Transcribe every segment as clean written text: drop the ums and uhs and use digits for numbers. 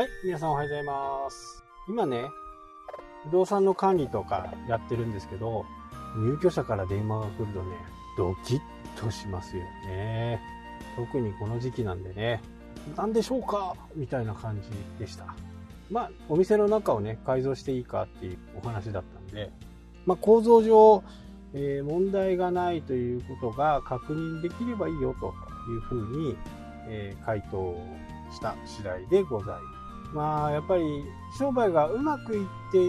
はい、皆さんおはようございます。今ね、不動産の管理とかやってるんですけど、入居者から電話が来るとね、ドキッとしますよね。特にこの時期なんでね、何でしょうかみたいな感じでした。お店の中をね、改造していいかっていうお話だったんで、構造上、問題がないということが確認できればいいよというふうに、回答した次第でございます。やっぱり商売がうまくいって、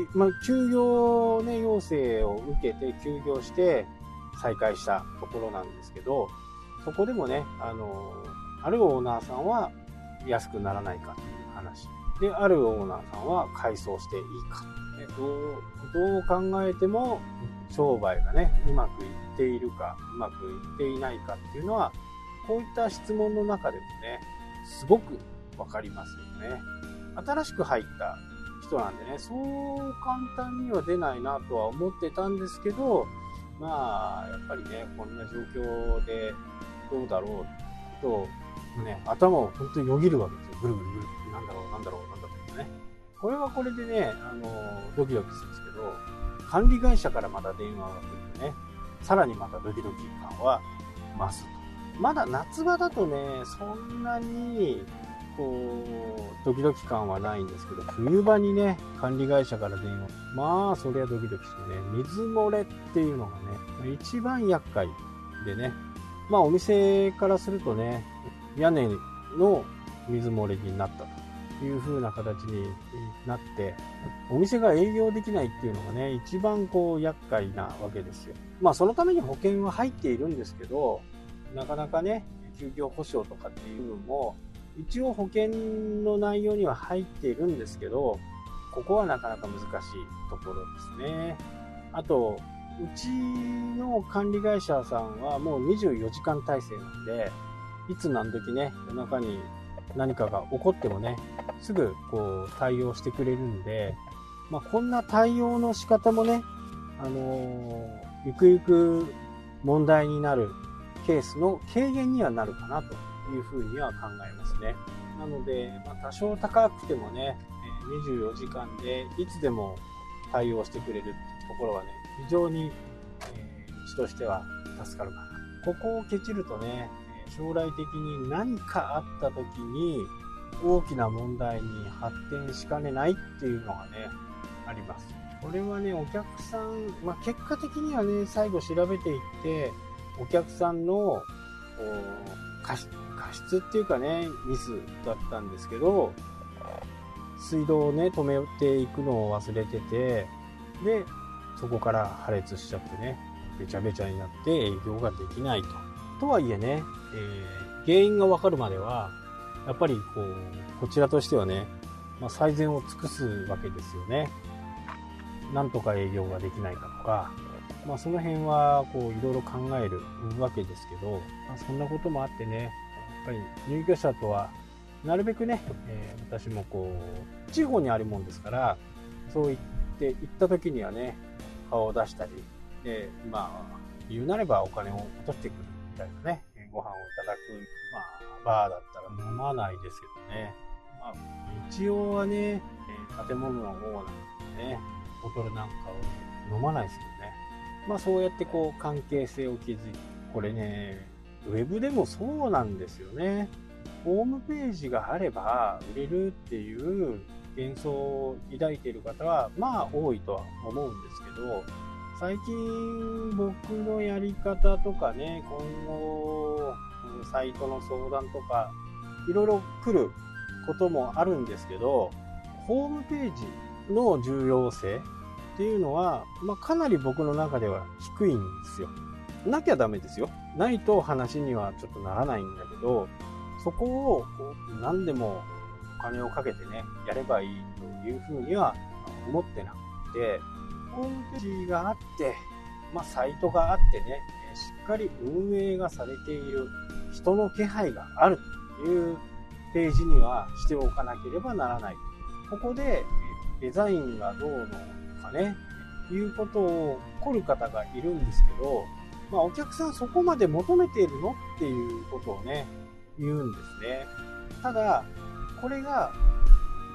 休業、ね、要請を受けて休業して再開したところなんですけど、そこでもね、あるオーナーさんは安くならないかという話で、あるオーナーさんは改装していいか、どう考えても商売がねうまくいっているかうまくいっていないかっていうのは、こういった質問の中でもねすごく分かりますよね。新しく入った人なんでね、そう簡単には出ないなとは思ってたんですけど、やっぱりね、こんな状況でどうだろうと、ね、頭を本当によぎるわけですよ。ぐるぐるぐる。なんだろうってね。これはこれでね、ドキドキするんですけど、管理会社からまた電話が来るとね、さらにまたドキドキ感は増すと。まだ夏場だとね、そんなにドキドキ感はないんですけど、冬場にね管理会社から電話、そりゃドキドキしてね、水漏れっていうのがね一番厄介でね、お店からするとね、屋根の水漏れになったという風な形になって、お店が営業できないっていうのがね一番厄介なわけですよ。そのために保険は入っているんですけど、なかなかね休業保証とかっていうのも一応保険の内容には入っているんですけど、ここはなかなか難しいところですね。あと、うちの管理会社さんはもう24時間体制なんで、いつ何時ね、夜中に何かが起こってもね、すぐ対応してくれるんで、こんな対応の仕方もね、ゆくゆく問題になるケースの軽減にはなるかなというふうには考えますね。なので、多少高くてもね、24時間でいつでも対応してくれるっていうところはね、非常に、うちとしては助かるかな。ここをケチるとね、将来的に何かあった時に大きな問題に発展しかねないっていうのがね、あります。これはね、お客さん、結果的にはね、最後調べていって、お客さんの過失っていうかね、ミスだったんですけど、水道をね止めていくのを忘れてて、でそこから破裂しちゃってね、べちゃべちゃになって営業ができないとはいえね、原因が分かるまではやっぱりこちらとしてはね、最善を尽くすわけですよね。なんとか営業ができないかとか、その辺はいろいろ考えるわけですけど、そんなこともあってね、やっぱり入居者とはなるべくね、私も地方にあるもんですから、そう言って行った時にはね顔を出したりで、言うなればお金を落としてくるみたいなね、ご飯をいただく、バーだったら飲まないですけどね、一応はね建物の方なんでね、ボトルなんかを飲まないですけどね、そうやって関係性を築いて、これねウェブでもそうなんですよね。ホームページがあれば売れるっていう幻想を抱いている方は多いとは思うんですけど、最近僕のやり方とかね、今後サイトの相談とかいろいろ来ることもあるんですけど、ホームページの重要性っていうのは、かなり僕の中では低いんですよ。なきゃダメですよ。ないと話にはちょっとならないんだけど、そこを何でもお金をかけてねやればいいというふうには思ってなくて、ホームページがあって、サイトがあってね、しっかり運営がされている、人の気配があるというページにはしておかなければならない。ここでデザインがどうのかねいうことを凝る方がいるんですけど、お客さんそこまで求めているのっていうことをね言うんですね。ただこれが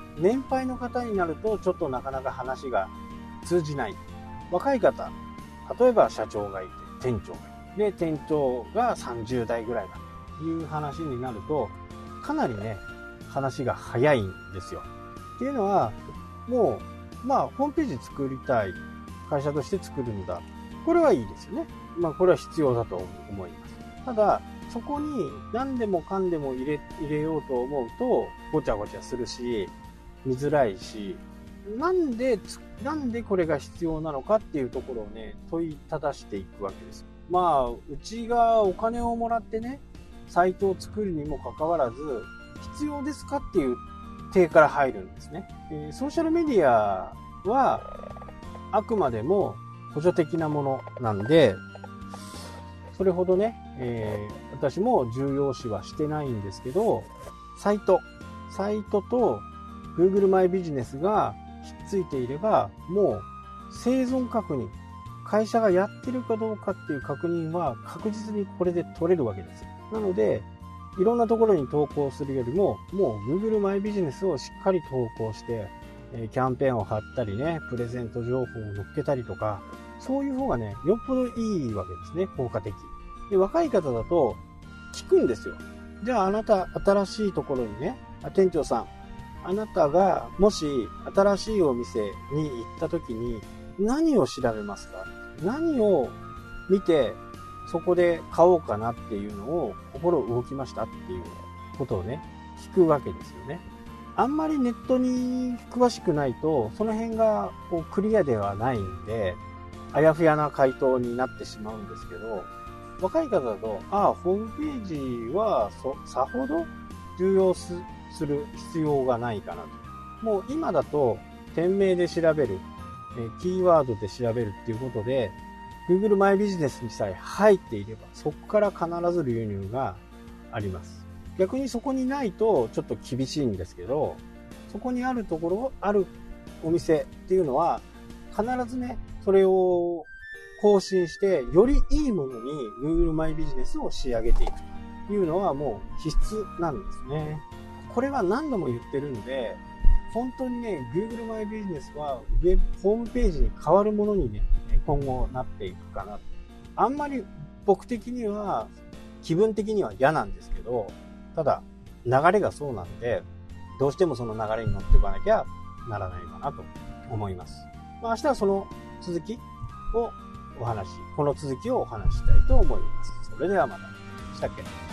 年配の方になるとちょっとなかなか話が通じない。若い方、例えば社長がいて、店長がいて、で、店長が30代ぐらいだという話になると、かなりね、話が早いんですよ。っていうのは、もう、ホームページ作りたい。会社として作るんだ。これはいいですよね。これは必要だと思います。ただ、そこに何でもかんでも入れようと思うと、ごちゃごちゃするし、見づらいし、なんでこれが必要なのかっていうところをね、問いただしていくわけです。うちがお金をもらってね、サイトを作るにもかかわらず、必要ですかっていう体から入るんですね。ソーシャルメディアは、あくまでも補助的なものなんで、それほどね、私も重要視はしてないんですけど、サイトと Google マイビジネスがひっついていれば、もう生存確認、会社がやってるかどうかっていう確認は確実にこれで取れるわけです。なので、いろんなところに投稿するよりも、もう Google マイビジネスをしっかり投稿して、キャンペーンを貼ったりね、プレゼント情報を載っけたりとか、そういう方がね、よっぽどいいわけですね、効果的。で、若い方だと、聞くんですよ。じゃああなた、新しいところにね、店長さん、あなたがもし新しいお店に行った時に何を調べますか？何を見て、そこで買おうかなっていうのを心動きましたっていうことをね、聞くわけですよね。あんまりネットに詳しくないと、その辺がこうクリアではないんで、あやふやな回答になってしまうんですけど、若い方だと、ホームページはさほど重要する必要がないかなと。もう今だと、店名で調べる、キーワードで調べるっていうことで、Google マイビジネスにさえ入っていれば、そこから必ず流入があります。逆にそこにないとちょっと厳しいんですけど、そこにあるところ、あるお店っていうのは、必ずね、それを更新して、よりいいものに Google マイビジネスを仕上げていくというのはもう必須なんですね。これは何度も言ってるんで、本当にね、Google マイビジネスはホームページに変わるものにね、今後なっていくかな。あんまり僕的には、気分的には嫌なんですけど、ただ、流れがそうなんで、どうしてもその流れに乗っていかなきゃならないかなと思います。明日はその続きをこの続きをお話ししたいと思います。それではまた。したっけ？